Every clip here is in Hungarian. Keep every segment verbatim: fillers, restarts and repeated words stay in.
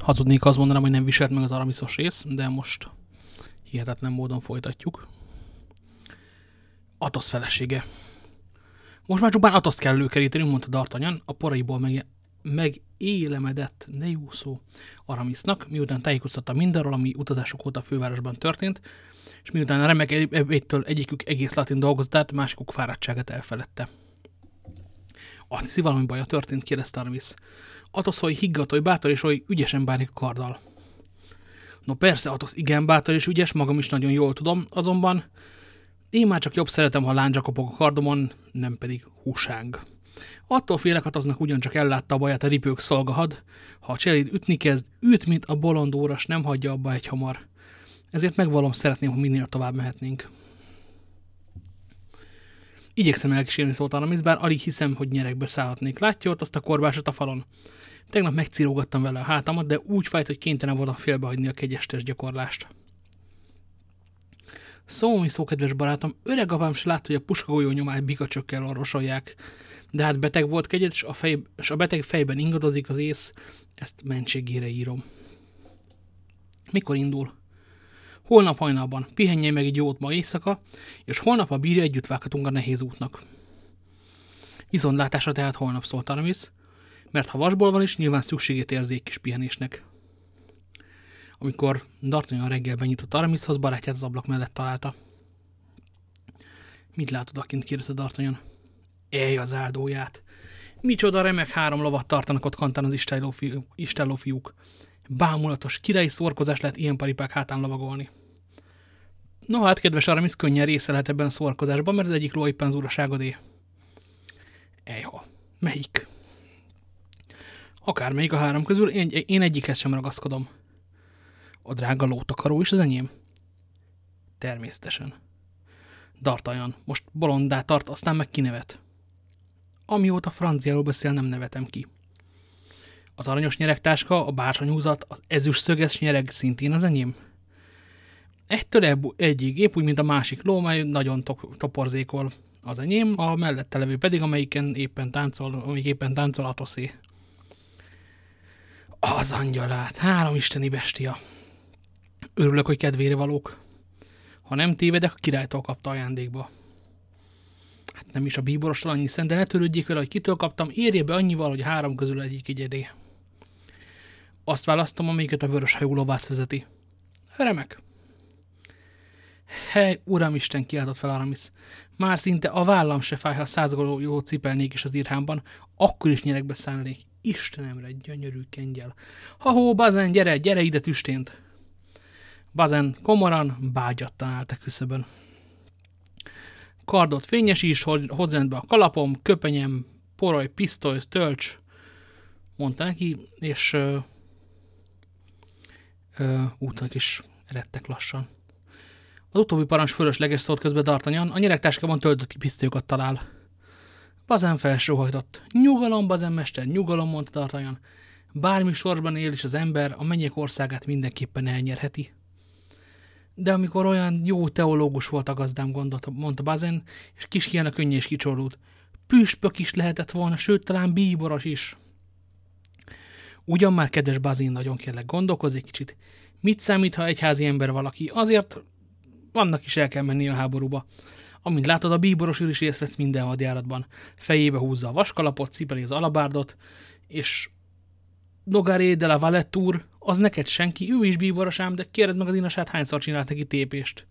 Hazudnék, azt mondanám, hogy nem viselt meg az Aramiszos rész, de most hihetetlen módon folytatjuk. Atosz felesége. Most már csupán Atoszt kell előkeríteni, mondta D'Artagnan, a poraiból meg, megélemedett, ne jó szó, Aramisnak, miután tájékoztatta mindarról, ami utazások óta a fővárosban történt, és miután a remek ebédtől egyikük egész latin dolgozatát, másikuk fáradtságát elfeledte. Azt hiszi, valami baja történt, kérdezte Aramis. Atosz, hogy higgadt, hogy bátor és hogy ügyesen bánik a karddal. No persze, Atosz igen bátor és ügyes, magam is nagyon jól tudom, azonban én már csak jobb szeretem, ha lándzsa kopog a kardomon, nem pedig húsáng. Attól félek, Atosznak ugyancsak ellátta a baját a ripők szolgahad, ha a cseléd ütni kezd, üt, mint a bolond óras, nem hagyja abba egy hamar. Ezért megvalom, szeretném, ha minél tovább mehetnénk. Igyekszem elkísérni, szólt Aramis, bár alig hiszem, hogy nyerekbe szállhatnék. Látja ott azt a korbásot a falon? Tegnap megcirógattam vele a hátamat, de úgy fájt, hogy kénytelen voltam félbehagyni a kegyes testgyakorlást. Szó, mi szó, kedves barátom, öreg apám se látta, hogy a puskagolyó nyomát bikacsökkel orvosolják. De hát beteg volt kegyed, és a, fej, és a beteg fejben ingadozik az ész, ezt mentségére írom. Mikor indul? Holnap hajnalban. Pihenje meg egy jót ma éjszaka, és holnap a bírja együtt vághatunk a nehéz útnak. Viszontlátásra tehát holnap, szólt Aramis, mert ha vasból van is, nyilván szükségét érzi egy kis pihenésnek. Amikor D'Artagnan reggel benyitott Aramishoz, barátját az ablak mellett találta. Mit látod akint, kérdezte D'Artagnan. Ej az áldóját! Micsoda remek három lovat tartanak ott kantán az istálló fiúk. Bámulatos, királyi szórakozás lehet ilyen paripák hátán lovagolni. No hát, kedves Aramis, könnyen része lehet ebben a szórakozásban, mert az egyik ló éppen az uraságodé. Ejha, melyik? Akármelyik a három közül, én, én egyikhez sem ragaszkodom. A drága lótakaró is az enyém? Természetesen. D'Artagnan, most bolondá tart, aztán meg kinevet. Amióta franciául beszél, nem nevetem ki. Az aranyos nyeregtáska, a bársonyhúzat, az ezüst szöges nyereg szintén az enyém? Egytől egyig, épp úgy, mint a másik ló, mely nagyon toporzékol, az enyém, a mellette levő pedig, amelyiken éppen táncol, amelyik éppen táncol Atoszé. Az angyalát, három isteni bestia. Örülök, hogy kedvére valók. Ha nem tévedek, a királytól kapta ajándékba. Hát nem is a bíborostól annyi szent, de ne törődjék vele, hogy kitől kaptam, érje be annyival, hogy három közül egyik egyedé. Azt választom, amelyiket a vöröshajú lovász vezeti. Remek. Hely, uramisten, kiáltott fel Aramis. Már szinte a vállam se fáj, ha száz golyót cipelnék is az irhámban, akkor is nyeregbe szállnék. Istenemre, gyönyörű kengyel. Ha-hó, Bazen, gyere, gyere ide tüstént. Bazen komoran, bágyattan állt a küszöbön. Kardot fényesíts, hozz rendbe a kalapom, köpenyem, poroj, pisztoly, tölcs, mondta neki, és ö, ö, útnak is eredtek lassan. Az utóbbi parancs fölösleges szólt közben D'Artagnan, a nyeregtáskában töltött pisztolyokat talál. Bazen felsóhajtott. Nyugalom, Bazen mester, nyugalom, mondta D'Artagnan. Bármi sorsban él is az ember, a mennyek országát mindenképpen elnyerheti. De amikor olyan jó teológus volt a gazdám, gondolta, mondta Bazen, és kis Kiana könnyű és kicsorult. Püspök is lehetett volna, sőt, talán bíboros is. Ugyan már, kedves Bazin, nagyon kérlek, gondolkozz egy kicsit. Mit számít, ha egyházi ember valaki? Azért vannak is el kell menni a háborúba. Amint látod, a bíboros úr is részt vesz minden hadjáratban. Fejébe húzza a vaskalapot, cipeli az alabárdot, és Nogaré de la Valette úr, az neked senki, ő is bíboros ám, de kérdezd meg az inasát, hányszor csinált neki tépést.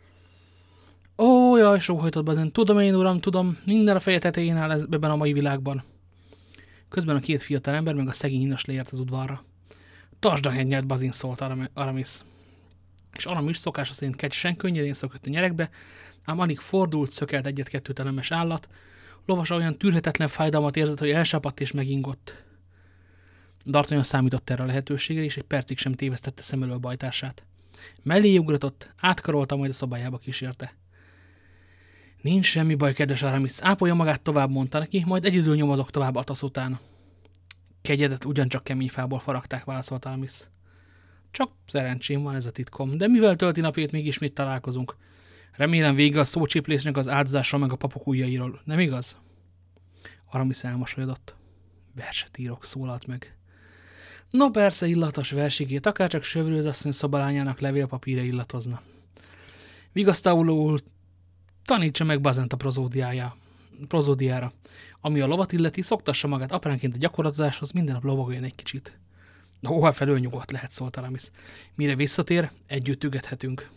Ó, jaj, sóhajtott Bazen, tudom én, uram, tudom, minden a feje tetején áll ebben a mai világban. Közben a két fiatal ember meg a szegény inas leért az udvarra. Tartsd a hennyelt, Bazin, szólt Aramis. És Aramis szokása szerint kecsesen könnyedén szökött a nyeregbe, ám alig fordult, szökelt egyet-kettő telemes állat, lovasa olyan tűrhetetlen fájdalmat érzett, hogy elsapadt és megingott. D'Artagnan számított erre a lehetőségre, és egy percig sem tévesztette szem elől a bajtársát. Mellé ugratott, átkarolta, majd a szobájába kísérte. Nincs semmi baj, kedves Aramis, ápolja magát tovább, mondta neki, majd egyedül nyomozok tovább Atosz után. Kegyedet ugyancsak kemény fából faragták, válaszolt Aramis. Csak szerencsém van, ez a titkom, de mivel tölti napjét, még ismét találkozunk. Remélem vége a szócsiplésnek az áldozásról meg a papok ujjairól, nem igaz? Aramis elmosolyodott. Verset írok, szólalt meg. No persze, illatos versigét, akárcsak Sövrőz asszony szobalányának levélpapíra illatozna. Vigasztalul tanítsa meg Bazent a prozódiája, prozódiára. Ami a lovat illeti, szoktassa magát apránként a gyakorlatozáshoz, minden nap lovagoljon egy kicsit. Ó, hát felől nyugodt lehet, szólt Aramis. Mire visszatér, együtt ügethetünk.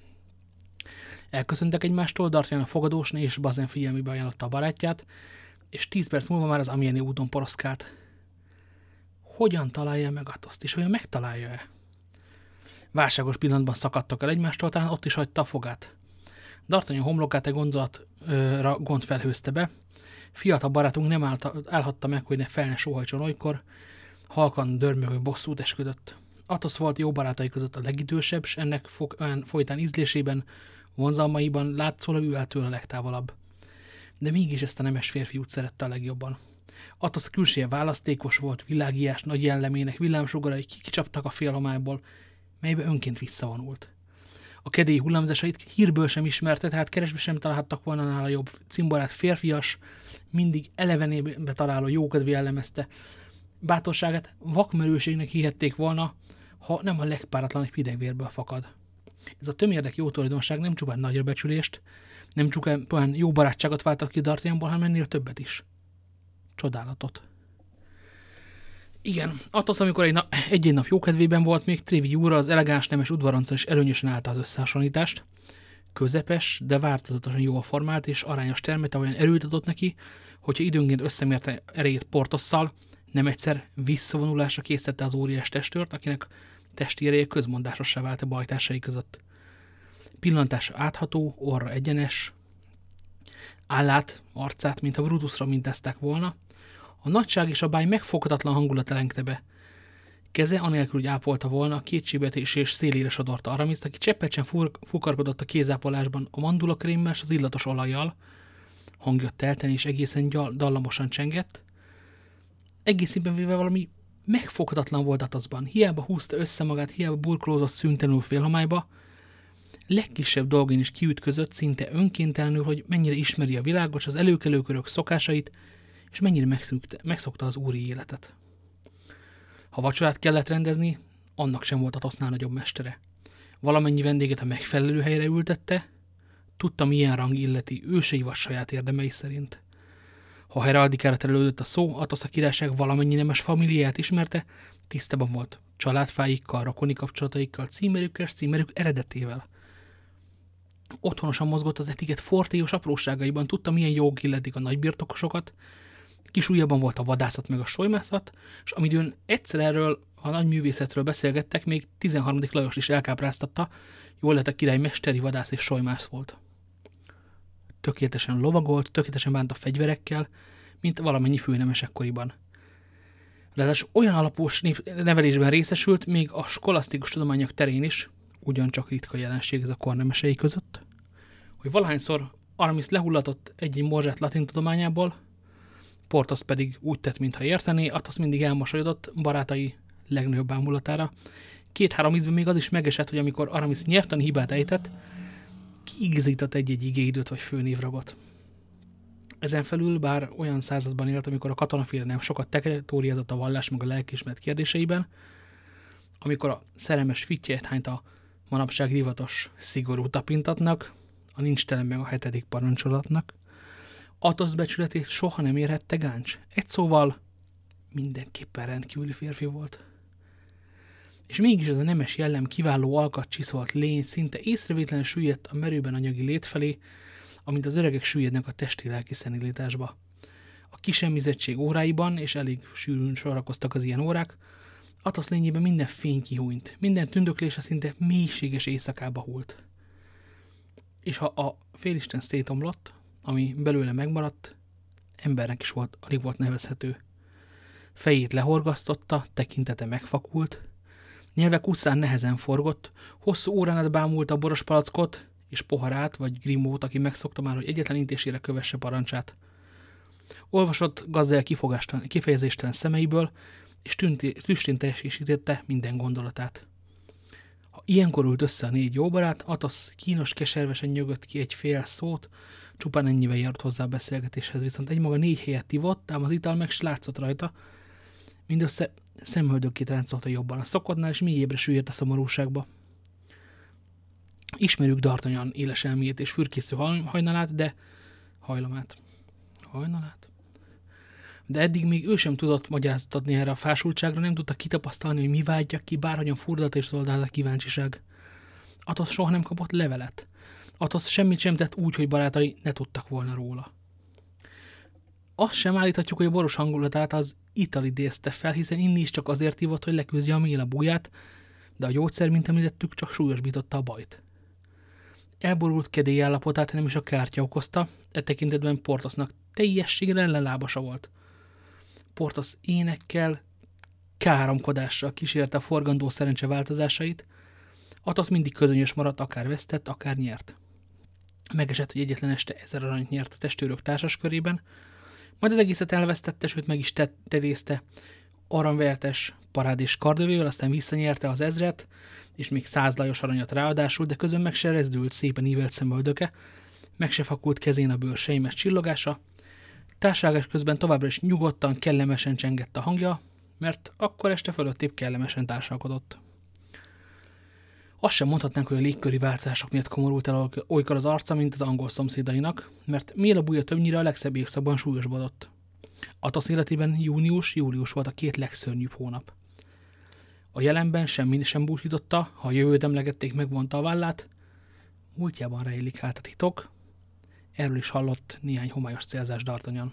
Elköszöntek egymástól, D'Artagnan a fogadósné és Bazin figyelmébe ajánlotta a barátját, és tíz perc múlva már az Amiens úton poroszkált. Hogyan találja meg Athoszt, és olyan megtalálja-e? Válságos pillanatban szakadtak el egymástól, talán ott is hagyta a fogát. D'Artagnan homlokát egy gondolatra gond felhőzte be. Fiatal barátunk nem állta, állhatta meg, hogy ne fel ne sóhajtson olykor. Halkan dörmögő bosszút esküdött. Athos volt jó barátai között a legidősebb, s ennek folytán ízlésében, vonzalmaiban látszólag ő állt tőle a legtávolabb. De mégis ezt a nemes férfiút szerette a legjobban. Athos külseje választékos volt, világiás nagy jellemének villámsugarai kikicsaptak a félhomályból, melybe önként visszavonult. A kedély hullámzásait hírből sem ismerte, tehát keresbe sem találhattak volna nála jobb cimborát férfias, mindig elevenébe találó jókedv jellemezte. Bátorságát vakmerőségnek hihették volna, ha nem a legpáratlanabb hidegvérből fakad. Ez a tömérdek jó tulajdonság nem csupán nagyra becsülést, nem csupán jó barátságot váltott ki D'Artagnanból, hanem ennél többet is. Csodálatot. Igen, Athos, amikor egy, na, egy-egy nap jókedvében volt, még Tréville úrral az elegáns nemes udvaroncon is előnyösen állta az összehasonlítást. Közepes, de változatosan jól formált és arányos termete olyan erőt adott neki, hogyha időnként összemérte erejét Portosszal, nem egyszer visszavonulásra készítette az óriás testőrt, akinek testi ereje közmondásossá vált a bajtársai között. Pillantása átható, orra egyenes, állát, arcát, mintha Brutusra mintázták volna. A nagyság és a báj megfoghatatlan hangulat elengte be. Keze anélkül, hogy ápolta volna, a kétségbeesés és szélére sodorta Aramiszt, aki cseppet sem fukarkodott a kézápolásban a mandulakrémmel és az illatos olajjal. Hangja telten és egészen dallamosan csengett. Egészében véve valami megfoghatatlan volt Athosban. Hiába húzta össze magát, hiába burkolózott szüntelenül félhomályba, legkisebb dolgén is kiütközött szinte önkéntelenül, hogy mennyire ismeri a világot, az előkelőkörök szokásait, és mennyire megszokta az úri életet. Ha vacsorát kellett rendezni, annak sem volt Athosnál nagyobb mestere. Valamennyi vendéget a megfelelő helyre ültette, tudta, milyen rang illeti ősei vagy saját érdemei szerint. Ha heraldikára terelődött a szó, Athos a királyság valamennyi nemes familiáját ismerte, tisztában volt családfáikkal, rokoni kapcsolataikkal, címerükkel és címerük eredetével. Otthonosan mozgott az etiket fortélyos apróságaiban, tudta, milyen jog illetik a nagybirtokosokat, kis ujjában volt a vadászat meg a solymászat, és amidőn egyszer erről a nagy művészetről beszélgettek, még tizenharmadik Lajos is elkápráztatta, jól lett a király mesteri vadász és solymász volt. Tökéletesen lovagolt, tökéletesen bánt a fegyverekkel, mint valamennyi főnemes ekkoriban. Ráadásul olyan alapos nevelésben részesült, még a skolasztikus tudományok terén is, ugyancsak ritka jelenség ez a kornemesei között, hogy valahányszor Aramis lehullatott egy-egy morzsát latin tudományából, Porthos pedig úgy tett, mintha értené, Athos mindig elmosolyodott barátai legnagyobb bámulatára. Két-három ízben még az is megesett, hogy amikor Aramis nyelvtani hibát ejtett, kiigazított egy-egy igéidőt vagy főnévragot. Ezen felül, bár olyan században élt, amikor a katonaféle nem sokat teketóriázott a vallás meg a lelkiismeret kérdéseiben, amikor a szerelmes fittyet hányt a manapság divatos szigorú tapintatnak, a nincs telen meg a hetedik parancsolatnak, Athos becsületét soha nem érhette gáncs. Egy szóval mindenképpen rendkívüli férfi volt. És mégis ez a nemes jellem kiváló alkat csiszolt lény szinte észrevétlenül süllyedt a merőben anyagi lét felé, amint az öregek süllyednek a testi-lelki szenilításba. A kisemmizettség óráiban, és elég sűrűn sorakoztak az ilyen órák, Athos lényében minden fény kihúnyt, minden tündöklése szinte mélységes éjszakába hult. És ha a félisten szétomlott, ami belőle megmaradt, embernek is volt, alig volt nevezhető. Fejét lehorgasztotta, tekintete megfakult, nyelve kuszán nehezen forgott, hosszú órán át bámulta a boros palackot és poharát vagy Grimót, aki megszokta már, hogy egyetlen intésére kövesse parancsát. Olvasott gazdája kifejezéstelen szemeiből, és tüstén teljesítette minden gondolatát. Ha ilyenkor ült össze a négy jó barát, Athos kínos keservesen nyögött ki egy fél szót, csupán ennyivel járt hozzá a beszélgetéshez, viszont egymaga négy helyet ivott, ám az ital meg s látszott rajta. Mindössze szemöldökét ráncolta jobban a szokodnál, és mélyébbre süllyedt a szomorúságba. Ismerjük D'Artagnan éles elméjét és fürkésző hajnalát, de hajlamát. Hajnalát? De eddig még ő sem tudott magyarázatot adni erre a fásultságra, nem tudta kitapasztalni, hogy mi vágyja ki, bárhogyan furdat és szoldált a kíváncsiság. Athos soha nem kapott levelet. Athos semmit sem tett úgy, hogy barátai ne tudtak volna róla. Azt sem állíthatjuk, hogy a boros hangulatát az ital idézte fel, hiszen inni is csak azért ivott, hogy leküzdje a mélabúját, de a gyógyszer, mint említettük, csak súlyosbította a bajt. Elborult kedély állapotát nem is a kártya okozta, e tekintetben Porthosnak teljességre ellenlábasa volt. Porthos énekkel, káromkodással kísérte a forgandó szerencse változásait, Athos mindig közönyös maradt, akár vesztett, akár nyert. Megesett, hogy egyetlen este ezer aranyt nyert a testőrök társas körében, majd az egészet elvesztette, sőt meg is tedészte aranyvertes parádés kardövével, aztán visszanyerte az ezret, és még száz lajos aranyat ráadásul, de közben meg se rezdült szépen ívelt szemöldöke, meg se fakult kezén a bőr sejmes csillogása, társalgás közben továbbra is nyugodtan, kellemesen csengett a hangja, mert akkor este fölöttébb kellemesen társalkodott. Azt sem mondhatnánk, hogy a légköri változások miatt komorult el olykor az arca, mint az angol szomszédainak, mert mélabújja többnyire a legszebb évszakban súlyosbodott. Athos életében június-július volt a két legszörnyűbb hónap. A jelenben semmi sem búsította, ha a jövőt emlegették, megvonta a vállát, múltjában rejlik hát a titok, erről is hallott néhány homályos célzás D'Artagnan.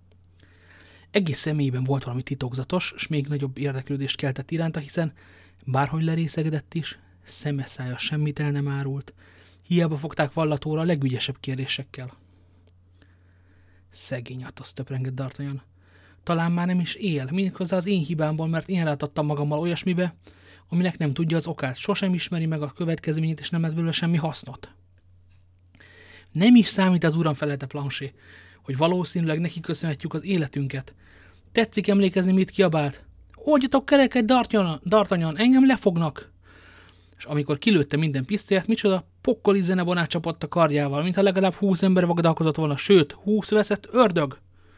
Egész személyében volt valami titokzatos, s még nagyobb érdeklődést keltett iránta, hiszen bárhogy lerészegedett is, szeme szája semmit el nem árult, hiába fogták vallatóra a legügyesebb kérdésekkel. Szegény Athos, töprengett D'Artagnan. Talán már nem is él, méghozzá az én hibámból, mert én rátadtam magammal olyasmibe, aminek nem tudja az okát, sosem ismeri meg a következményét, és nem lett belőle semmi hasznot. Nem is számít az uram, felelte Planchet, hogy valószínűleg neki köszönhetjük az életünket. Tetszik emlékezni, mit kiabált? Oldjatok kereket, D'Artagnan, engem lefognak! És amikor kilőtte minden pisztolyát, micsoda pokkoli zenebonát csapott a kardjával, mintha legalább húsz ember vagadalkozott volna, sőt, húsz veszett ördög.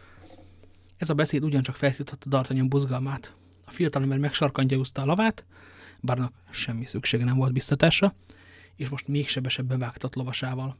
Ez a beszéd ugyancsak felszította D'Artagnan buzgalmát. A fiatalember megsarkantyúzta a lavát, bárnak semmi szüksége nem volt biztatásra, és most még sebesebben vágtat lovasával.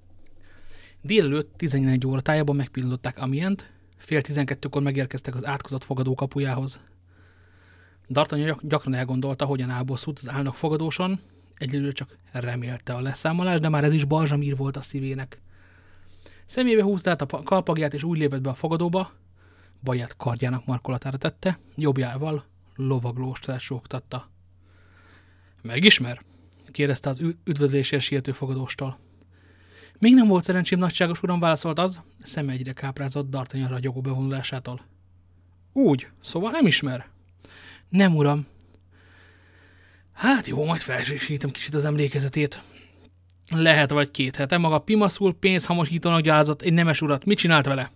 Délelőtt tizenegy óra tájában megpillantották Amient, fél tizenkettőkor megérkeztek az átkozott fogadó kapujához. D'Artagnan gyakran elgondolta, hogyan ábosszút az állnak fogadóson, egyelőre csak remélte a leszámolás, de már ez is balzsamír volt a szívének. Szemébe húzta át a kalpagját, és úgy lépett be a fogadóba, baját kardjának markolatára tette, jobbjával lovaglóstát sógtatta. Megismer? Kérdezte az üdvözlésért siető fogadóstól. Még nem volt szerencsém, nagyságos uram, válaszolt az, szeme egyre káprázott D'Artagnan ragyogó bevonulásától. Úgy, szóval nem ismer? Nem, uram. Hát jó, majd felsítem kicsit az emlékezetét. Lehet vagy két hete, maga pimaszul pénzhamosítónak gyázott egy nemes urat. Mit csinált vele?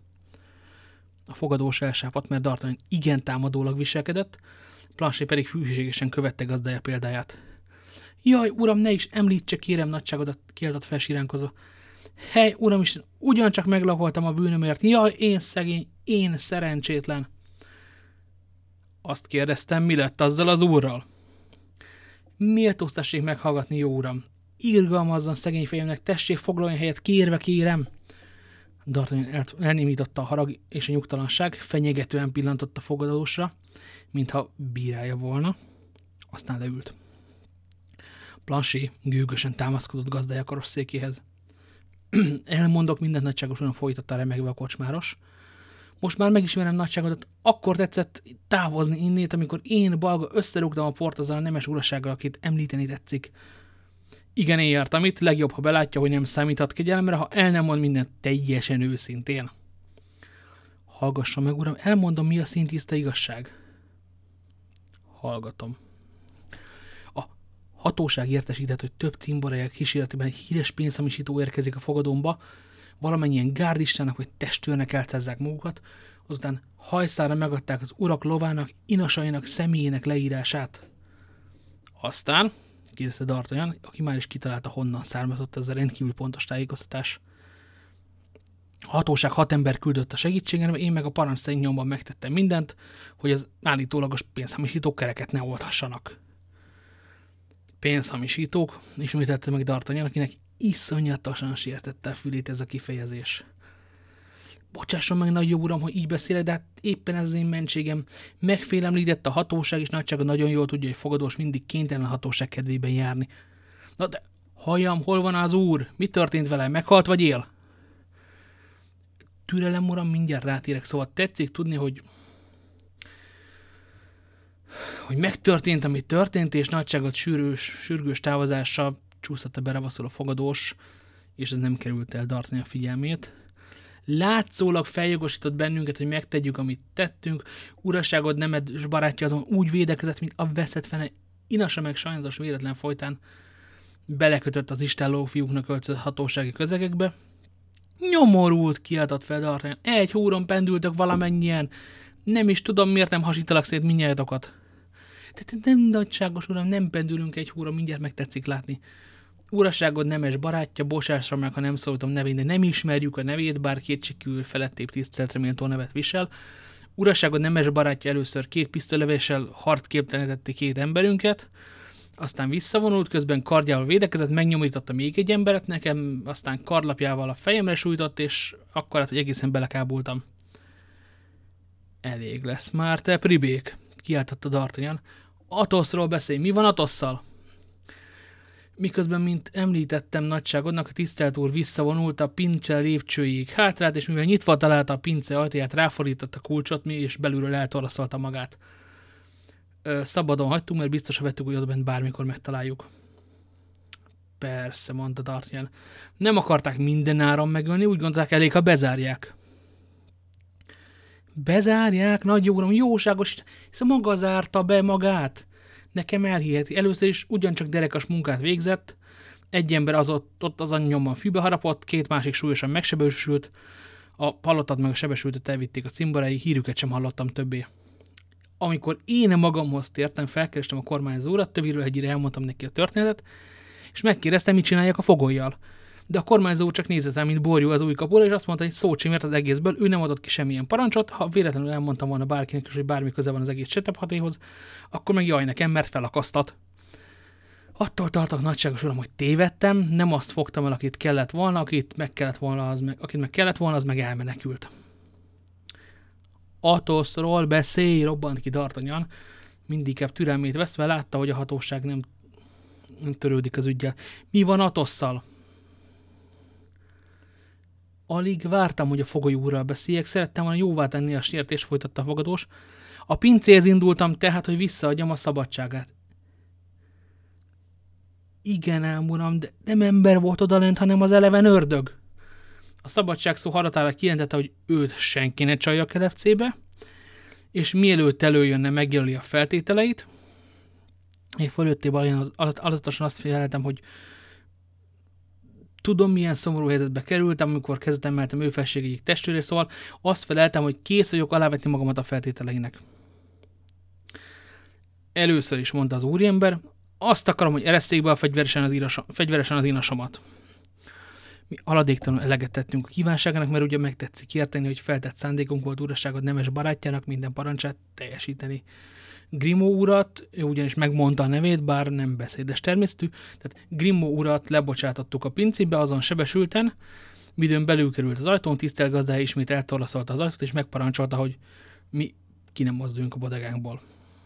A fogadós elsápadt, mert D'Artagnan igen támadólag viselkedett, Planchet pedig hűségesen követte gazdája példáját. Jaj, uram, ne is említse, kérem nagyságodat, kiáltott fel siránkozva. Hely, uramisten, ugyancsak meglakoltam a bűnömért. Jaj, én szegény, én szerencsétlen. Azt kérdeztem, mi lett azzal az úrral? Méltóztassék meghallgatni, jó uram. Irgalmazzon szegény fejemnek, tessék foglalni helyet, kérve kérem. D'Artagnan el, elnémította a harag és a nyugtalanság, fenyegetően pillantott a fogadósra, mintha bírálja volna, aztán leült. Planchet gőgösen támaszkodott gazdája karosszékéhez. Elmondok mindent, nagyságos uram, folytatta remegve a kocsmáros. Most már megismerem nagyságodat, akkor tetszett távozni innét, amikor én, balga, összerúgtam a port azzal a nemes urasággal, akit említeni tetszik. Igen, én jártam itt, legjobb, ha belátja, hogy nem számíthat kegyelemre, ha el nem mond mindent teljesen őszintén. Hallgassa meg, uram, elmondom, mi a szintiszta igazság. Hallgatom. A hatóság értesített, hogy több cimboraják kíséretében egy híres pénzhamisító érkezik a fogadómba, valamennyien gárdistának vagy testőrnek elcezzák magukat, azután hajszára megadták az urak lovának, inasainak személyének leírását. Aztán, kérdezte D'Artagnan, aki már is kitalálta, honnan származott ez a rendkívül pontos tájékoztatás. A hatóság hat ember küldött a segítségemre, én meg a parancs szerint nyomban megtettem mindent, hogy az állítólagos pénzhamisítók kereket ne oldhassanak. Pénzhamisítók, ismételte meg D'Artagnan, akinek iszonyatosan sértette a fülét ez a kifejezés. Bocsásson meg, nagy jó uram, hogy így beszélek, de hát éppen ez az én mentségem. Megfélemlített a hatóság, és nagysága nagyon jól tudja, hogy fogadós mindig kénytelen a hatóság kedvében járni. Na de, halljam, hol van az úr? Mi történt vele? Meghalt vagy él? Türelem, uram, mindjárt rátérek, szóval tetszik tudni, hogy hogy megtörtént, ami történt, és nagyságot sűrűs, sürgős távozással csúsztatta beravaszol a fogadós, és ez nem került el D'Artagnan figyelmét. Látszólag feljogosított bennünket, hogy megtegyük, amit tettünk. Uraságod nemes barátja azon úgy védekezett, mint a veszett fene. Inasa meg sajnálatos véletlen folytán belekötött az istálló fiúknak öltözött hatósági közegekbe. Nyomorult, kiáltott fel D'Artagnan. Egy húron pendültök valamennyien. Nem is tudom, miért nem hasítalak szét mindnyájatokat. Tehát nem nagyságos uram, nem pendülünk egy húron, mindjárt megtetszik látni. Uraságod nemes barátja, bocsásra meg, ha nem szóltam nevén, de nem ismerjük a nevét, bár kétségkívül felettébb tiszteletre méltó nevet visel. Uraságod nemes barátja először két pisztolylövéssel harcképtelenítette két emberünket, aztán visszavonult, közben kardjával védekezett, megnyomorította még egy emberet nekem, aztán kardlapjával a fejemre sújtott, és akkor hát, hogy egészen belekábultam. Elég lesz már, te pribék, kiáltotta D'Artagnan. Atoszról beszélj, mi van Atosszal? Miközben, mint említettem nagyságodnak, a tisztelt úr visszavonult a pince lépcsőjéig hátrát, és mivel nyitva találta a pince ajtaját, ráfordította a kulcsot, mi és belülről eltorlaszolta magát. Ö, szabadon hagytunk, mert biztosan vettük, hogy odabent bármikor megtaláljuk. Persze, mondta D'Artagnan. Nem akarták mindenáron megölni, úgy gondolták, elég, ha bezárják. Bezárják, nagy jó uram, jóságos, hiszen maga zárta be magát. Nekem elhiheti. Először is ugyancsak derekas munkát végzett, egy ember az ott, ott azon nyomban fűbe harapott, két másik súlyosan megsebesült, a halottat meg a sebesültet elvitték a cimborai, hírüket sem hallottam többé. Amikor én magamhoz tértem, felkerestem a kormányzó urat, töviről hegyire elmondtam neki a történetet, és megkérdeztem, mit csináljak a fogolyjal. De a kormányzó csak nézett rá, mint borjú az új kapura, és azt mondta, hogy szó csimért az egészből, ő nem adott ki semmilyen parancsot, ha véletlenül elmondtam volna bárkinek is, hogy bármi köze van az egész csetephatéhoz, akkor meg jaj nekem, mert felakasztat. Attól tartok, nagyságos uram, hogy tévedtem, nem azt fogtam el, akit kellett volna, akit meg kellett volna, az meg, akit meg kellett volna, az meg elmenekült. Atoszról beszélj, robbant ki D'Artagnan, mindig türelmét veszve, látta, hogy a hatóság nem, nem törődik az üggyel. Mi van Atosszal? Alig vártam, hogy a fogoly úrral beszéljek, szerettem volna jóvá tenni a sértést, folytatta a fogadós. A pincéhez indultam tehát, hogy visszaadjam a szabadságát. Igen ám, uram, de nem ember volt odalent, hanem az eleven ördög. A szabadság szó haratára kijelentette, hogy őt senki ne csalja a kelepcébe, és mielőtt előjönne, megjelöli a feltételeit. Én fölöttében alazatosan azt figyeltem, hogy tudom, milyen szomorú helyzetbe kerültem, amikor kezdtem emeltem ő felségéig testőre, szóval azt feleltem, hogy kész vagyok alávetni magamat a feltételeinek. Először is mondta az úriember, azt akarom, hogy eresszék be a fegyveresen az, írasom, fegyveresen az inasomat. Mi aladéktalanul eleget tettünk a kívánságának, mert ugye megtetszik érteni, hogy feltett szándékunk volt uraságod nemes barátjának minden parancsát teljesíteni. Grimaud urat, ő ugyanis megmondta a nevét, bár nem beszédes természetű, tehát Grimaud urat lebocsátottuk a pincébe, azon sebesülten, midőn belül került az ajtón, tisztelt gazdája ismét eltorlaszolta az ajtót, és megparancsolta, hogy mi ki nem mozduljunk a bodegánkból.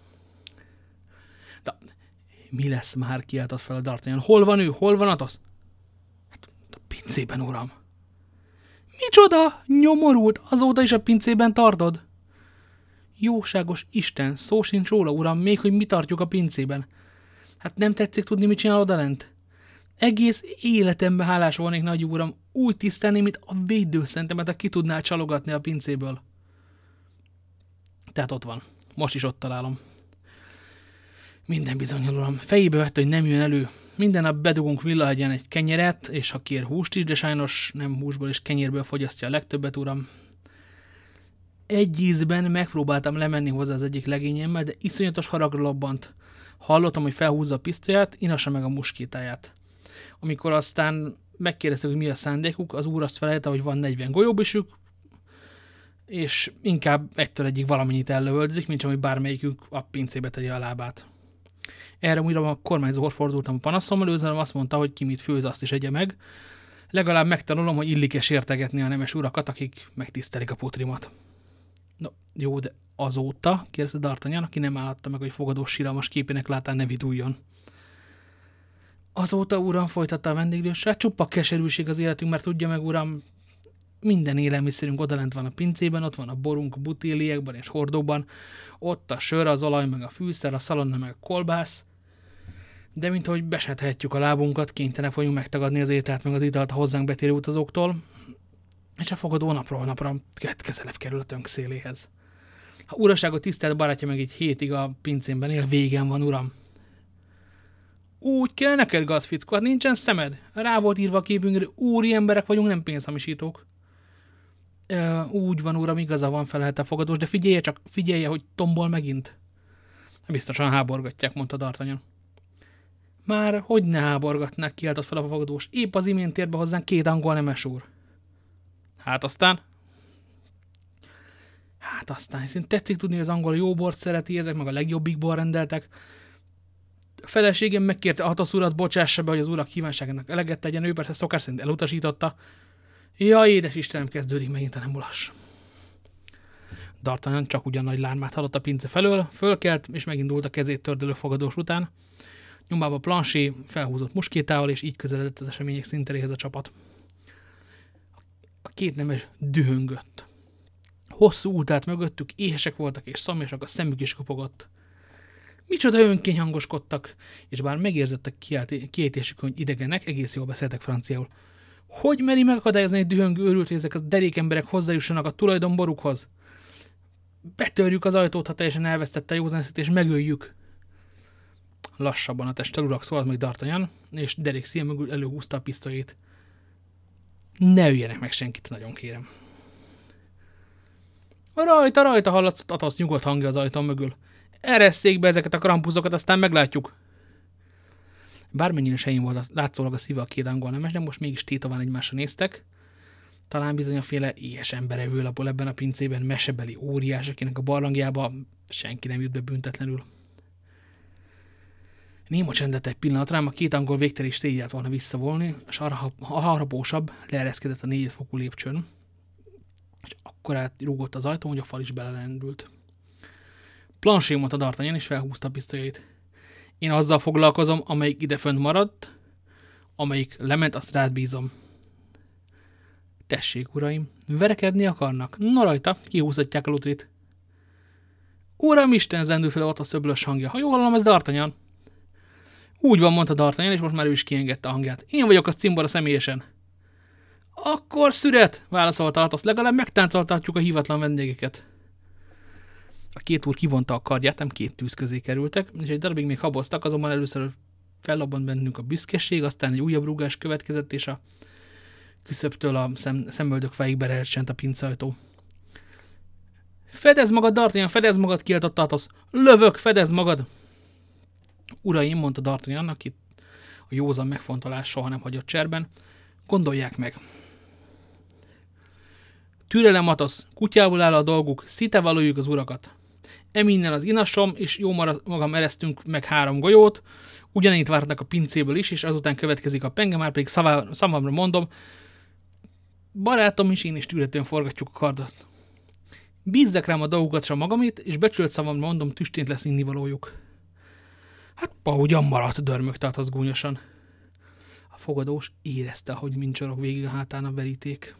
De mi lesz már, kiáltott fel a D'Artagnan. Hol van ő? Hol van Athos? Hát a pincében, uram. Micsoda? Nyomorult, azóta is a pincében tartod? Jóságos Isten, szó sincs róla, uram, még hogy mi tartjuk a pincében. Hát nem tetszik tudni, mit csinál odalent? Egész életemben hálás volnék, nagy uram, úgy tisztelni, mint a védőszentemet, ha ki tudnál csalogatni a pincéből. Tehát ott van. Most is ott találom. Minden bizonnyal, uram. Fejébe vette, hogy nem jön elő. Minden nap bedugunk villahegyen egy kenyeret, és ha kér húst is, de sajnos nem húsból és kenyérből fogyasztja a legtöbbet, uram. Egy ízben megpróbáltam lemenni hozzá az egyik legényemmel, de iszonyatos haragra lobbant. Hallottam, hogy felhúzza a pisztolyát, inassa meg a muskétáját. Amikor aztán megkérdeztük, hogy mi a szándékuk, az úr azt felelte, hogy van negyven golyóbisük, és inkább egytől egyig valamennyit ellövöldzik, mint sem, hogy bármelyikük a pincébe tegye a lábát. Erre újra a kormányzóhoz fordultam a panaszommal, őzően azt mondta, hogy ki mit főz, azt is egye meg. Legalább megtanulom, hogy illik-e sértegetni a nemes urakat, akik megtisztelik a putrimat. No, jó, de azóta, kérdezte D'Artagnan, aki nem állhatta meg, hogy fogadós síralmas képének látán ne viduljon. Azóta, uram, folytatta a vendéglős, hát csupa keserűség az életünk, mert tudja meg, uram, minden élelmiszerünk odalent van a pincében, ott van a borunk a butéliekben és hordóban, ott a sör, az olaj, meg a fűszer, a szalonna, meg a kolbász, de mint ahogy besethetjük a lábunkat, kénytelenek vagyunk megtagadni az ételt, meg az italt a hozzánk betérő utazóktól, és a fogadó napról napra közelebb kerül a tönk széléhez. Ha uraságot tisztelt barátja meg egy hétig a pincémben él, végem van, uram. Úgy kell neked, gazfickó, hát nincsen szemed. Rá volt írva a képünkre, úri emberek vagyunk, nem pénzhamisítók. Ö, úgy van, uram, igaza van, felelte a fogadós, de figyelje csak, figyelje, hogy tombol megint. Biztosan háborgatják, mondta D'Artagnan. Már hogy ne háborgatnák, kiáltott fel a fogadós. Épp az imént tért be hozzánk két angol nemes úr. Hát aztán? Hát aztán, hiszen tetszik tudni, hogy az angol jó bort szereti, ezek meg a legjobbikból rendeltek. A feleségem megkérte Athos urat, bocsássa be, hogy az urak kívánságának eleget tegyen, ő persze szokás szerint elutasította. Ja, édes Istenem, kezdődik megint a nemulas. D'Artagnan csak ugyan nagy lármát hallott a pince felől, fölkelt, és megindult a kezét tördölő fogadós után. Nyomába Planchet felhúzott muskétával, és így közeledett az események színteréhez a csapat. A két nemes dühöngött. Hosszú út állt mögöttük, éhesek voltak és szomjasak, a szemük is kopogott. Micsoda önkény hangoskodtak, és bár megérzettek kiejtésük, hogy idegenek, egész jól beszéltek franciául. Hogy meri megakadályozni egy dühöngő őrült, hogy ezek a derék emberek hozzájussanak a tulajdonborukhoz? Betörjük az ajtót, ha teljesen elvesztette a józaneszét, és megöljük. Lassabban a testtel, urak, szólt meg D'Artagnan, és derék szíja mögül előhúzta a pisztolyét. Ne öljenek meg senkit, nagyon kérem. Rajta, rajta hallatszott Athos nyugodt hangja az ajtón mögül. Eresszék be ezeket a krampuzokat, aztán meglátjuk. Bármennyire se én volt látszólag a szíve a két angol nemes, de most mégis tétován egymásra néztek. Talán bizony a féle éhes emberevő lapol ebben a pincében, mesebeli óriás, akinek a barlangjába senki nem jut be büntetlenül. Néma csendet egy pillanatra, ám a két angol végtelen is szégyelt volna visszavolni, és arra, a harapósabb leereszkedett a négy fokú lépcsőn, és akkor átrúgott az ajtón, hogy a fal is belerendült. Planchet, mondta D'Artagnan, és felhúzta a pisztolyait. Én azzal foglalkozom, amelyik idefönt maradt, amelyik lement, azt rád bízom. Tessék, uraim, verekedni akarnak? No rajta, kihúzhatják a lutrit. Uram Isten, zendül fel ott a szöblös hangja. Ha jól hallom, ez D'Artagnan. Úgy van, mondta D'Artagnan, és most már ő is kiengedte a hangját. Én vagyok a cimbora személyesen. Akkor szüret, válaszolta Athos, legalább megtáncoltatjuk a hívatlan vendégeket. A két úr kivonta a kardját, nem két tűz közé kerültek, és egy darabig még haboztak, azonban először fellobbant bennünk a büszkeség, aztán egy újabb rúgás következett, és a küszöbtől a szem, szemöldök fejig berecsent a pincajtó. Fedezd magad, D'Artagnan, fedezd magad, kiáltotta Athos. Lövök, fedezd magad! Uraim, mondta D'Artagnan, akit a józan megfontolás soha nem hagyott cserben, gondolják meg. Türelem, Athos, kutyából áll a dolguk, szitevaloljuk az urakat. Eminnen az inasom, és jó magam eresztünk meg három golyót, ugyanint várnak a pincéből is, és azután következik a penge, már pedig szavamra mondom, barátom is, én is tűretően forgatjuk a kardot. Bízzak rám a dolgukat sem magamét, és becsült szavamra mondom, tüstént lesz innivalójuk. Hát, ahogyan maradt, dörmögte Athos gúnyosan. A fogadós érezte, hogy mind csorog végig a hátán a veríték.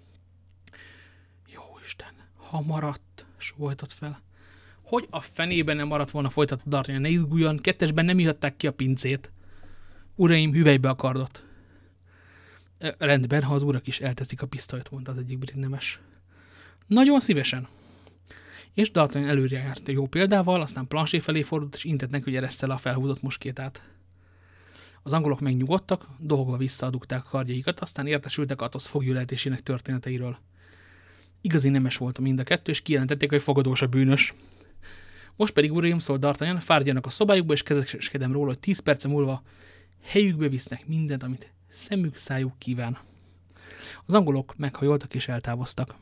Jó Isten, ha maradt, sóhajtott fel. Hogy a fenében nem maradt volna, folytatta D'Artagnan, ne izguljon, kettesben nem ihatták ki a pincét. Uraim, hüvelybe a kardot. Rendben, ha az urak is elteszik a pisztolyt, mondta az egyik brit nemes. Nagyon szívesen. És D'Artagnan előre járt jó példával, aztán Planchet felé fordult, és intett neki, hogy ereszte le a felhúzott muskétát. Az angolok megnyugodtak, dolgba visszaadukták a kardjaikat, aztán értesültek Athos foglyulejtésének történeteiről. Igazi nemes volt a mind a kettő, és kijelentették, hogy fogadós a bűnös. Most pedig, uraim, szólt D'Artagnan, fáradjanak a szobájukba, és kezeskedem róla, hogy tíz perce múlva helyükbe visznek mindent, amit Szemük szájuk kíván. Az angolok meghajoltak és eltávoztak.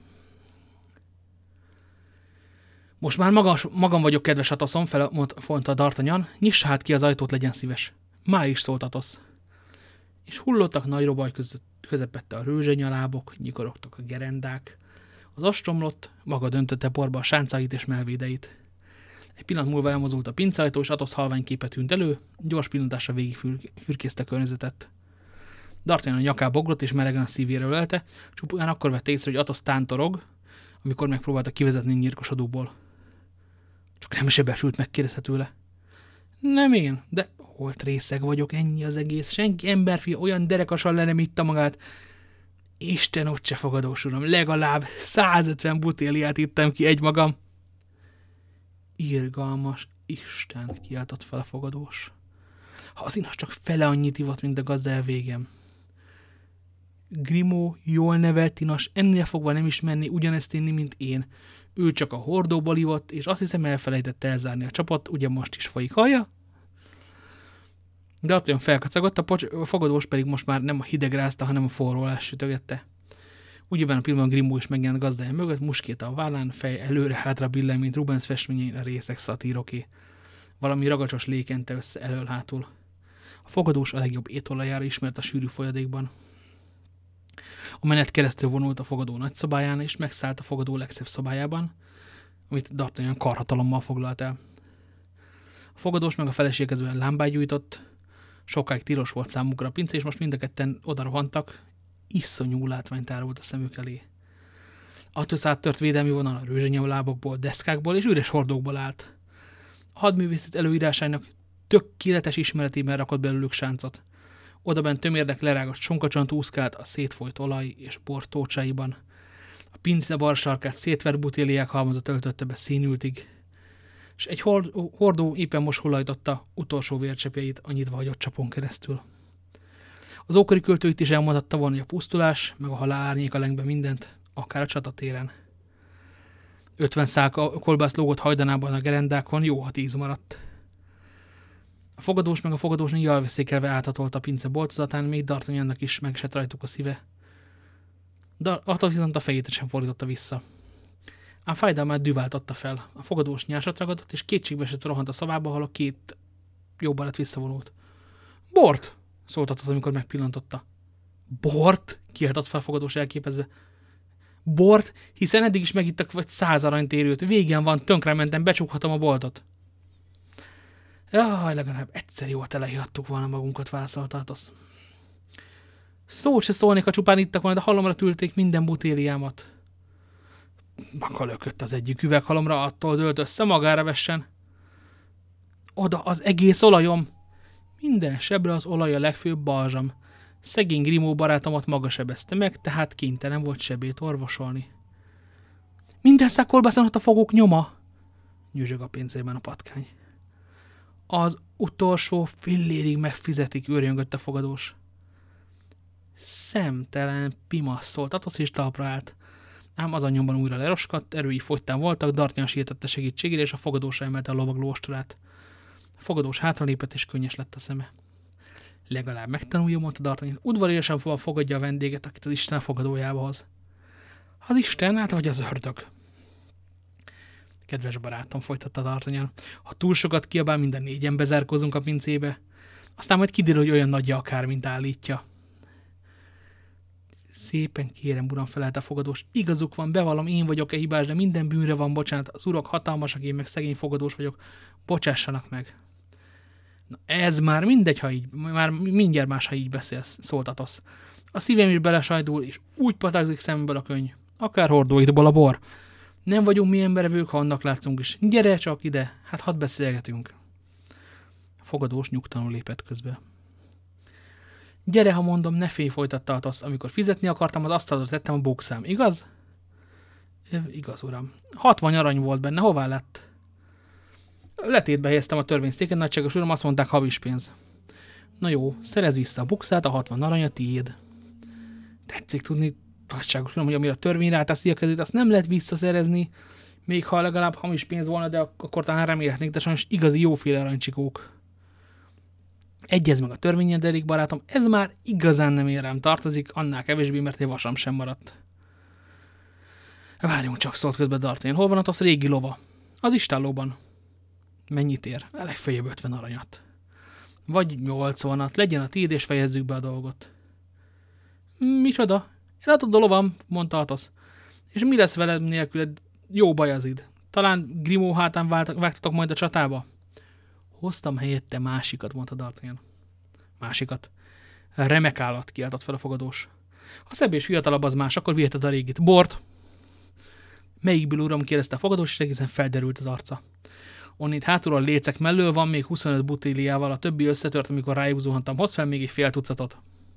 Most már maga, magam vagyok, kedves Atoszom, mondta D'Artagnan, nyissa hát ki az ajtót, legyen szíves. Már is szólt Atosz. És hullottak nagy robaj között, közepette a rőzsenyalábok, nyikorogtak a gerendák. Az ostromlott, maga döntötte porba a sáncáit és melvédeit. Egy pillanat múlva elmozult a pinceajtó, és Atosz halvány képe tűnt elő, gyors pillantásra végig für, fürkészte a környezetet. D'Artagnan a nyakába ugrott, és melegen a szívére ölelte, csupán akkor vette észre, hogy Atosz tántorog, amikor megpróbálta kivezetni nyírkosodóból. Csak nem sebesült, megkérdezte tőle. Nem én, de holt részeg vagyok, ennyi az egész. Senki emberfia olyan derekasan le nem itta magát. Isten ott se fogadós, uram, legalább százötven butéliát ittem ki egymagam. Irgalmas Isten, kiáltott fel a fogadós. Ha az inas csak fele annyit ivott, mint a gazda elvégem. Grimaud jól nevelt inas, ennél fogva nem is menni ugyanezt inni, mint én. Ő csak a hordóból ivott, és azt hiszem elfelejtett elzárni a csapot, ugye most is folyik, hallja? De ott olyan felkacagott, a, a fogadós pedig most már nem a hideg rázta, hanem a forrólás sütögette. Úgy ebben a pillanatban Grimaud is megjelent gazdája mögött, muskéta a vállán, fej előre-hátra billen, mint Rubens festményén a részek szatíroké. Valami ragacsos lékente össze elől-hátul. A fogadós a legjobb étolajára ismert a sűrű folyadékban. A menet keresztül vonult a fogadó nagyszobáján, és megszállt a fogadó legszebb szobájában, amit D'Artagnan karhatalommal foglalt el. A fogadós meg a feleség közben lámbát gyújtott, sokáig tilos volt számukra a pince, és most mind a ketten odarohantak, iszonyú látvány tárult a szemük elé. Athos áttört védelmi vonal a rőzsenyalábokból, deszkákból és üres hordókból állt. A hadművészet előírásának tökéletes ismeretében rakott belőlük sáncot. Odabent tömérdek lerágott sonkacsont úszkált a szétfolyt olaj és bor tócsáiban. A pince bar sarkát szétvert butéliák halmaza töltötte be színültig, és egy hordó éppen most hullajtotta utolsó vércsepjeit a nyitva hagyott csapon keresztül. Az ókori költőit is elmondhatta volna, hogy a pusztulás, meg a halál árnyéka leng be mindent, akár a csatatéren. Ötven szál kolbász lógott hajdanában a gerendákon, jó, ha tíz maradt. A fogadós meg a fogadósnő jalveszékelve áthatolt a pince boltozatán, még D'Artagnannak is megesett rajtuk a szíve. Athos viszont a fejét sem fordította vissza. Ám fájdalmát düváltatta fel. A fogadós nyásat ragadott, és kétségbeesett rohant a szobába, ahol a két jó barát visszavonult. Bort! szólt az, amikor megpillantotta. Bort? Kiáltott fel a fogadós elképezve. Bort? Hiszen eddig is megittak vagy száz aranytérőt. Végen van, tönkrementem, becsukhatom a boltot. Jaj, legalább egyszer jól telehiattuk volna magunkat, válaszolta Athos. Szót se szólnék, ha csupán ittak volna, de halomra tülték minden butéliámat. Maga lökött az egyik üveghalomra, attól dőlt össze, magára vessen. Oda az egész olajom. Minden sebre az olaj a legfőbb balzsam. Szegény Grimaud barátomat maga sebezte meg, tehát kénytelen volt sebét orvosolni. Minden szákolbászon ott a fogók nyoma, nyüzsög a pincében a patkány. Az utolsó fillérig megfizetik, őrjöngött a fogadós. Szemtelen pimasz szólt, Athos is talpra állt. Ám az anyomban újra leroskadt, erői fogytán voltak, D'Artagnan sietette segítségére, és a fogadósra emelte a lovagló ostorát. A fogadós hátralépett, és könnyes lett a szeme. Legalább megtanulja, mondta D'Artagnan, udvariasan fogadja a vendéget, akit az Isten a fogadójába hoz. Az Isten, hát vagy az ördög? Kedves barátom, folytatta D'Artagnan, ha túl sokat kiabál, minden négyen bezárkozunk a pincébe, aztán majd kiderül, hogy olyan nagyja akár, mint állítja. Szépen kérem, uram, felelt a fogadós. Igazuk van, bevallom, én vagyok-e hibás, de minden bűnre van bocsánat. Az urak hatalmasak, én meg szegény fogadós vagyok. Bocsássanak meg. Na ez már mindegy, ha így, már mindjárt más, ha így beszélsz, szólt Athos. A szívem is belesajdul, és úgy patágzik szemből a könny. Akár hordóidból a bor. Nem vagyunk mi emberevők, ha annak látszunk is. Gyere csak ide, hát hadd beszélgetünk. A fogadós nyugtalanul lépett közbe. Gyere, ha mondom, ne félj, folytatta Athos. Amikor fizetni akartam, az asztalra tettem a bókszám. Igaz? Igaz, uram. hatvan arany volt benne, hová lett? Letétbe helyeztem a törvényszéken, nagyságos uram, azt mondták, havis pénz. Na jó, szerez vissza a bukszát, a hatvan arany a tiéd. Tetszik tudni, nagyságos uram, hogy amire a törvény ráteszi a kezét, azt nem lehet visszaszerezni, még ha legalább hamis pénz volna, de akkor talán remélhetnék, de sajnos igazi jóféle aranycsikók. Egyezz meg a törvényedelik, barátom, ez már igazán nem ér rám tartozik, annál kevésbé, mert egy vasam sem maradt. Várjunk csak, szólt közben D'Artagnan. Hol van a az régi lova? Az istállóban. Mennyit ér? A legfeljebb ötven aranyat. Vagy nyolcvanat, legyen a tiéd, és fejezzük be a dolgot. Micsoda? Eladod a lovam, mondta Athos. És mi lesz veled nélküled? Jó Bajazid. Talán Grimó hátán vágtatok majd a csatába? Hoztam helyette másikat, mondta D'Artagnan. Másikat. Remek állat, kiáltott fel a fogadós. Ha szebb és fiatalabb az más, akkor viheted a régit. Bort! Melyikből, uram, kérdezte a fogadós, és egészen felderült az arca. Onnit hátulról lécek mellől van még huszonöt butéliával, a többi összetört, amikor rájuk zuhantam. Hozz fel még egy fél tucatot.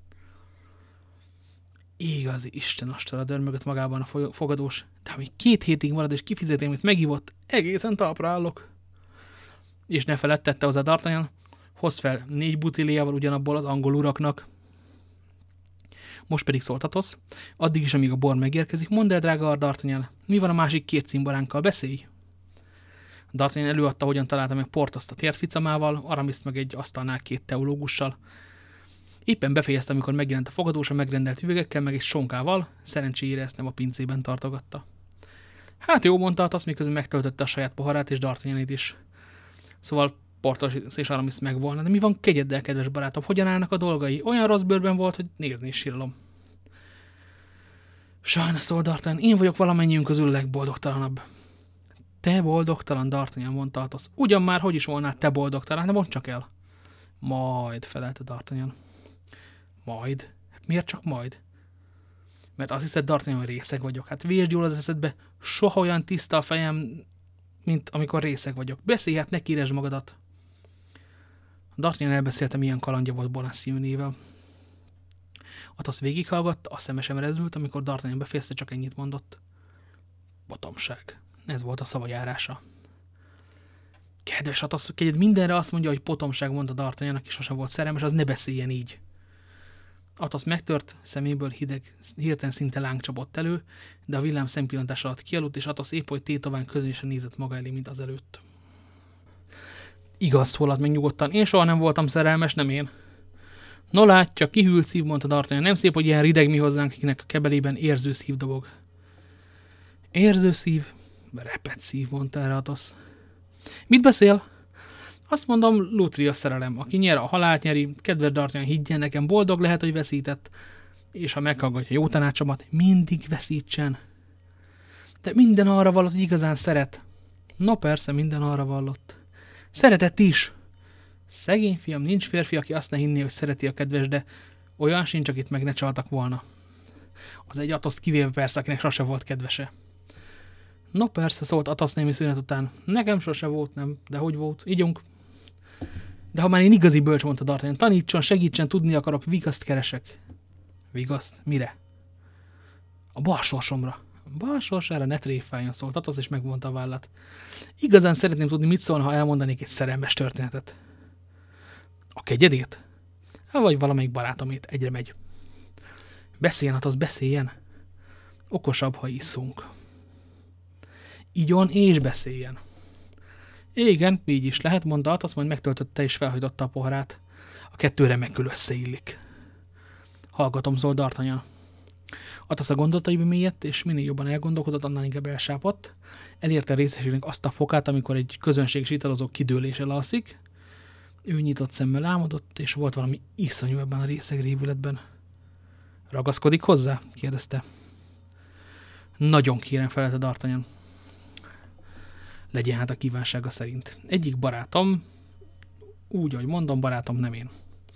Igazi Isten astara, dörmögött magában a fogadós. De amíg két hétig marad, és kifizetem, amit megívott, egészen talpra állok. És ne feledd, tette hozzá D'Artagnan, hozz fel négy butéliával ugyanabból az angol uraknak. Most pedig szólt Athos, addig is, amíg a bor megérkezik, mondd el, drága D'Artagnan, mi van a másik két cimboránkkal, beszélj! D'Artagnan előadta, hogyan találta meg Porthoszt a tértficamával, Aramiszt meg egy asztalnál két teológussal. Éppen befejezte, amikor megjelent a fogadós a megrendelt üvegekkel, meg egy sonkával, szerencsére ezt nem a pincében tartogatta. Hát jó, mondta Athos, miközben megtöltötte a saját poharát és D'Artagnanét is. Szóval Porthos és Aramis megvolna, de mi van kegyeddel, kedves barátom, hogyan állnak a dolgai? Olyan rossz bőrben volt, hogy nézni is síralom. Sajnos, szólt D'Artagnan, én vagyok valamennyiünk közül legboldogtalanabb. Te boldogtalan, D'Artagnan, mondta Athos. Ugyan már, hogy is volnál te boldogtalan, de mondd csak el. Majd, felelte D'Artagnan. Majd? Hát miért csak majd? Mert azt hiszed, D'Artagnan, hogy részeg vagyok. Hát vésd jól az eszedbe, soha olyan tiszta a fejem, mint amikor részeg vagyok. Beszélj, hát ne kíresd magadat. D'Artagnan elbeszélte, milyen kalandja volt Bonacieux-nével. Athos végighallgatta, a szeme sem rezült, amikor D'Artagnan befejezte, csak ennyit mondott. Potomság. Ez volt a szavajárása. Kedves Athos, kegyed mindenre azt mondja, hogy potomság, mondta D'Artagnan, aki sosem volt szerelmes, az ne beszéljen így. Athos megtört, szeméből hideg, hirtelen szinte láng csapott elő, de a villám szempillantás alatt kialudt, és Athos épp hogy tétován közösen nézett maga elé, mint azelőtt. Igaz, szólalt meg nyugodtan, én soha nem voltam szerelmes, nem én. No látja, kihűlt szív, mondta D'Artagnan, nem szép, hogy ilyen rideg mi hozzánk, akinek a kebelében érző szív dobog. Érző szív? Repett szív, mondta erre Athos. Mit beszél? Azt mondom, Lutri a szerelem, aki nyer, a halált nyeri, kedves D'Artagnan, higgyen nekem, boldog lehet, hogy veszített, és ha meghallgatja jó tanácsomat, mindig veszítsen. De minden arra vallott, hogy igazán szeret. No persze, minden arra vallott. Szeretett is. Szegény fiam, nincs férfi, aki azt ne hinné, hogy szereti a kedves, de olyan sincs, akit meg ne csaltak volna. Az egy Athoszt kivéve persze, akinek sose volt kedvese. No persze, szólt Athos némi szünet után. Nekem sose volt, nem, de hogy volt? Ígyunk. De ha már én igazi bölcs, mondta D'Artagnan, tanítson, segítsen, tudni akarok, vigaszt keresek. Vigaszt? Mire? A bal sorsomra. A bal sorsára ne tréfáljon, szólt Athos, és megvonta a vállat. Igazán szeretném tudni, mit szólna, ha elmondanék egy szerelmes történetet. A kegyedét? Vagy valamelyik barátomét, egyre megy. Beszéljen, Athos, beszéljen. Okosabb, ha isszunk. Igyon és beszéljen. Igen, így is lehet, mondta Athos, majd megtöltötte és felhajtotta a poharát. A kettő remekül összeillik. Hallgatom, szólt D'Artagnan. Athos a gondolataiba mélyedt, és minél jobban elgondolkodott, annál inkább elsápadt. Elérte a részességnek azt a fokát, amikor egy közönséges italozó kidőléssel alszik. Ő nyitott szemmel álmodott, és volt valami iszonyú ebben a részeg révületben. Ragaszkodik hozzá? Kérdezte. Nagyon kérem, felelte D'Artagnan. Legyen hát a kívánsága szerint. Egyik barátom, úgy, ahogy mondom, barátom nem én.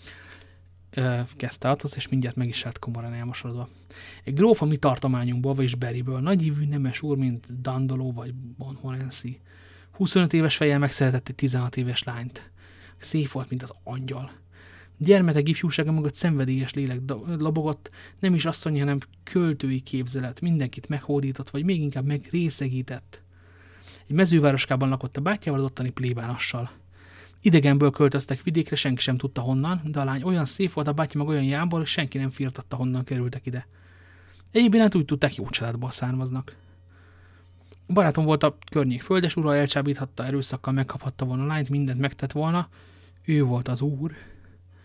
Ö, kezdte Athos, és mindjárt meg is állt komoran elmosodva. Egy gróf a mi tartományunkból, vagyis Berryből, nagyívű nemes úr, mint Dandolo vagy Montmorency. huszonöt éves fejjel megszeretett egy tizenhat éves lányt. Szép volt, mint az angyal. Gyermetek ifjúsága mögött szenvedélyes lélek lobogott, nem is asszony, hanem költői képzelet, mindenkit meghódított, vagy még inkább megrészegített. Egy mezővároskában lakott a bátyjával, az ottani plébánossal. Idegenből költöztek vidékre, senki sem tudta honnan, de a lány olyan szép volt, a bátyja meg olyan jámbor, hogy senki nem firtatta, honnan kerültek ide. Egyébként hát úgy tudták, jó családból származnak. A barátom volt a környék földes ura, elcsábíthatta, erőszakkal megkaphatta volna a lányt, mindent megtett volna. Ő volt az úr.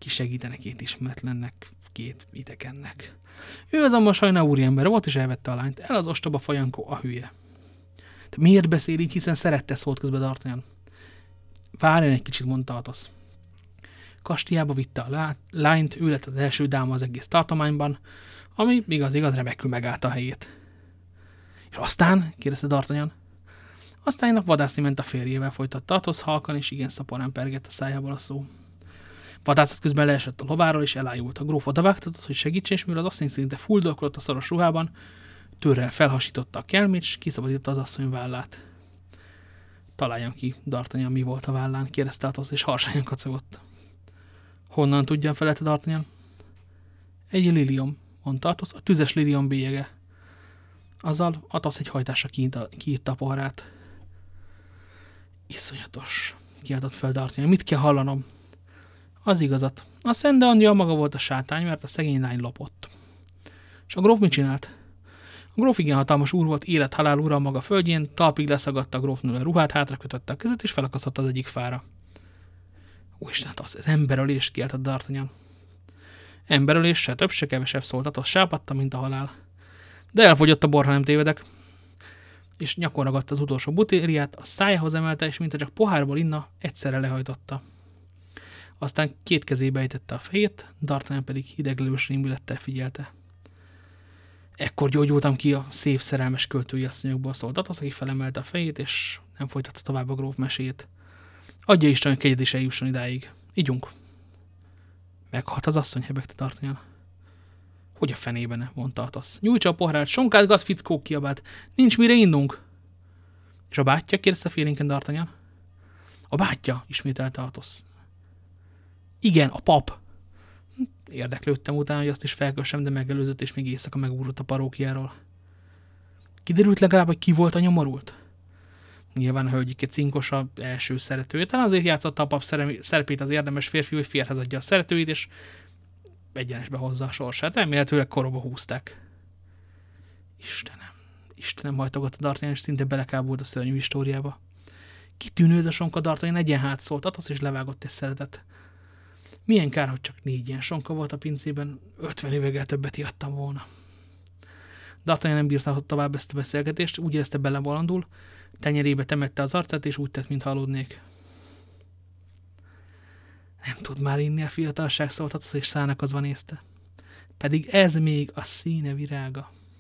ki segítene két ismeretlennek, két idegennek. Ő azonban sajna úriember volt, és elvette a lányt. El az ostoba fajankó, a hülye. De miért beszél így, hiszen szerette, szólt közben D'Artagnan. Várjon egy kicsit, mondta Athos. Kastélyába vitte a lányt, ő lett az első dáma az egész tartományban, ami igaz-igaz remekül megállta a helyét. És aztán, kérdezte D'Artagnan. Aztán egy nap vadászni ment a férjével, folytatta Athos halkan, és igen szaporán pergett a szájából a szó. Vadászat közben leesett a lováról, és elájult. A gróf odavágtatott, hogy segítsen, és mivel az asszony szinte fuldolkodott a szoros ruhában, törrel felhasította a kelmét, és kiszabadította az asszony vállát. Találjon ki, D'Artagnan, mi volt a vállán, kérdezte Athos, és harsányan kacagott. Honnan tudja, felelte D'Artagnan? Egy liliom, mondta Athos, a tüzes liliom bélyege. Azzal Athos egy hajtásra kiitta a poharát. Iszonyatos, kiáltott fel D'Artagnan, mit kell hallanom? Az igazat. A Szent de Angyal maga volt a sátány, mert a szegény lány lopott. És a gróf mit csinált? A gróf igen hatalmas úr volt, élet-halál ura maga földjén, talpig leszagadta a grófnől a ruhát, hátra kötötte a kezet, és felakasztotta az egyik fára. Úristen, az, ez emberölés, kiáltott D'Artagnan. Emberölés, se több, se kevesebb, szólt Athos, sápadta, mint a halál. De elfogyott a bor, ha nem tévedek. És nyakon ragadta az utolsó butériát, a szájához emelte, és mintha csak pohárból inna, egyszerre lehajtotta. Aztán két kezébe ejtette a fejét, D'Artagnan pedig hideglelős rémülettel figyelte. Ekkor gyógyultam ki a szép szerelmes költői asszonyokból, szólt Athos, aki felemelte a fejét, és nem folytatta tovább a gróf meséjét. Adja Isten, hogy kegyed is eljusson idáig. Igyunk. Meghalt az asszony, hebegte D'Artagnan. Hogy a fenében, mondta Athos. Nyújtsa a poharát, sonkázgat, fickó, kiabált. Nincs mire innunk. És a bátyja, kérdezte félénken D'Artagnan. A bátyja, ismételte Athos. Igen, a pap. Érdeklődtem utána, hogy azt is felkössem, de megelőzött, és még éjszaka megúrult a parókiáról. Kiderült legalább, hogy ki volt a nyomorult? Nyilván a hölgyike cinkosa első szeretője. Talán azért játszotta a pap szerepét az érdemes férfi, hogy férhez adja a szeretőit, és egyenesbe hozza a sorsát. Remélhetőleg korokba húzták. Istenem, Istenem, hajtogatta D'Artagnan, és szinte belekábult a szörnyű históriába. Kitűnő ez a sonka, D'Artagnan, egyen hát szólt Athos, és levágott egy szeretet. Milyen kár, hogy csak négy ilyen sonka volt a pincében, ötven üveggel többet ihattam volna. D'Artagnan nem bírta tovább ezt a beszélgetést, úgy érezte belevalandul, tenyerébe temette az arcát, és úgy tett, mintha aludnék. Nem tud már inni a fiatalság, szólt Athos, és szánakozva nézte. Pedig ez még a színe virága.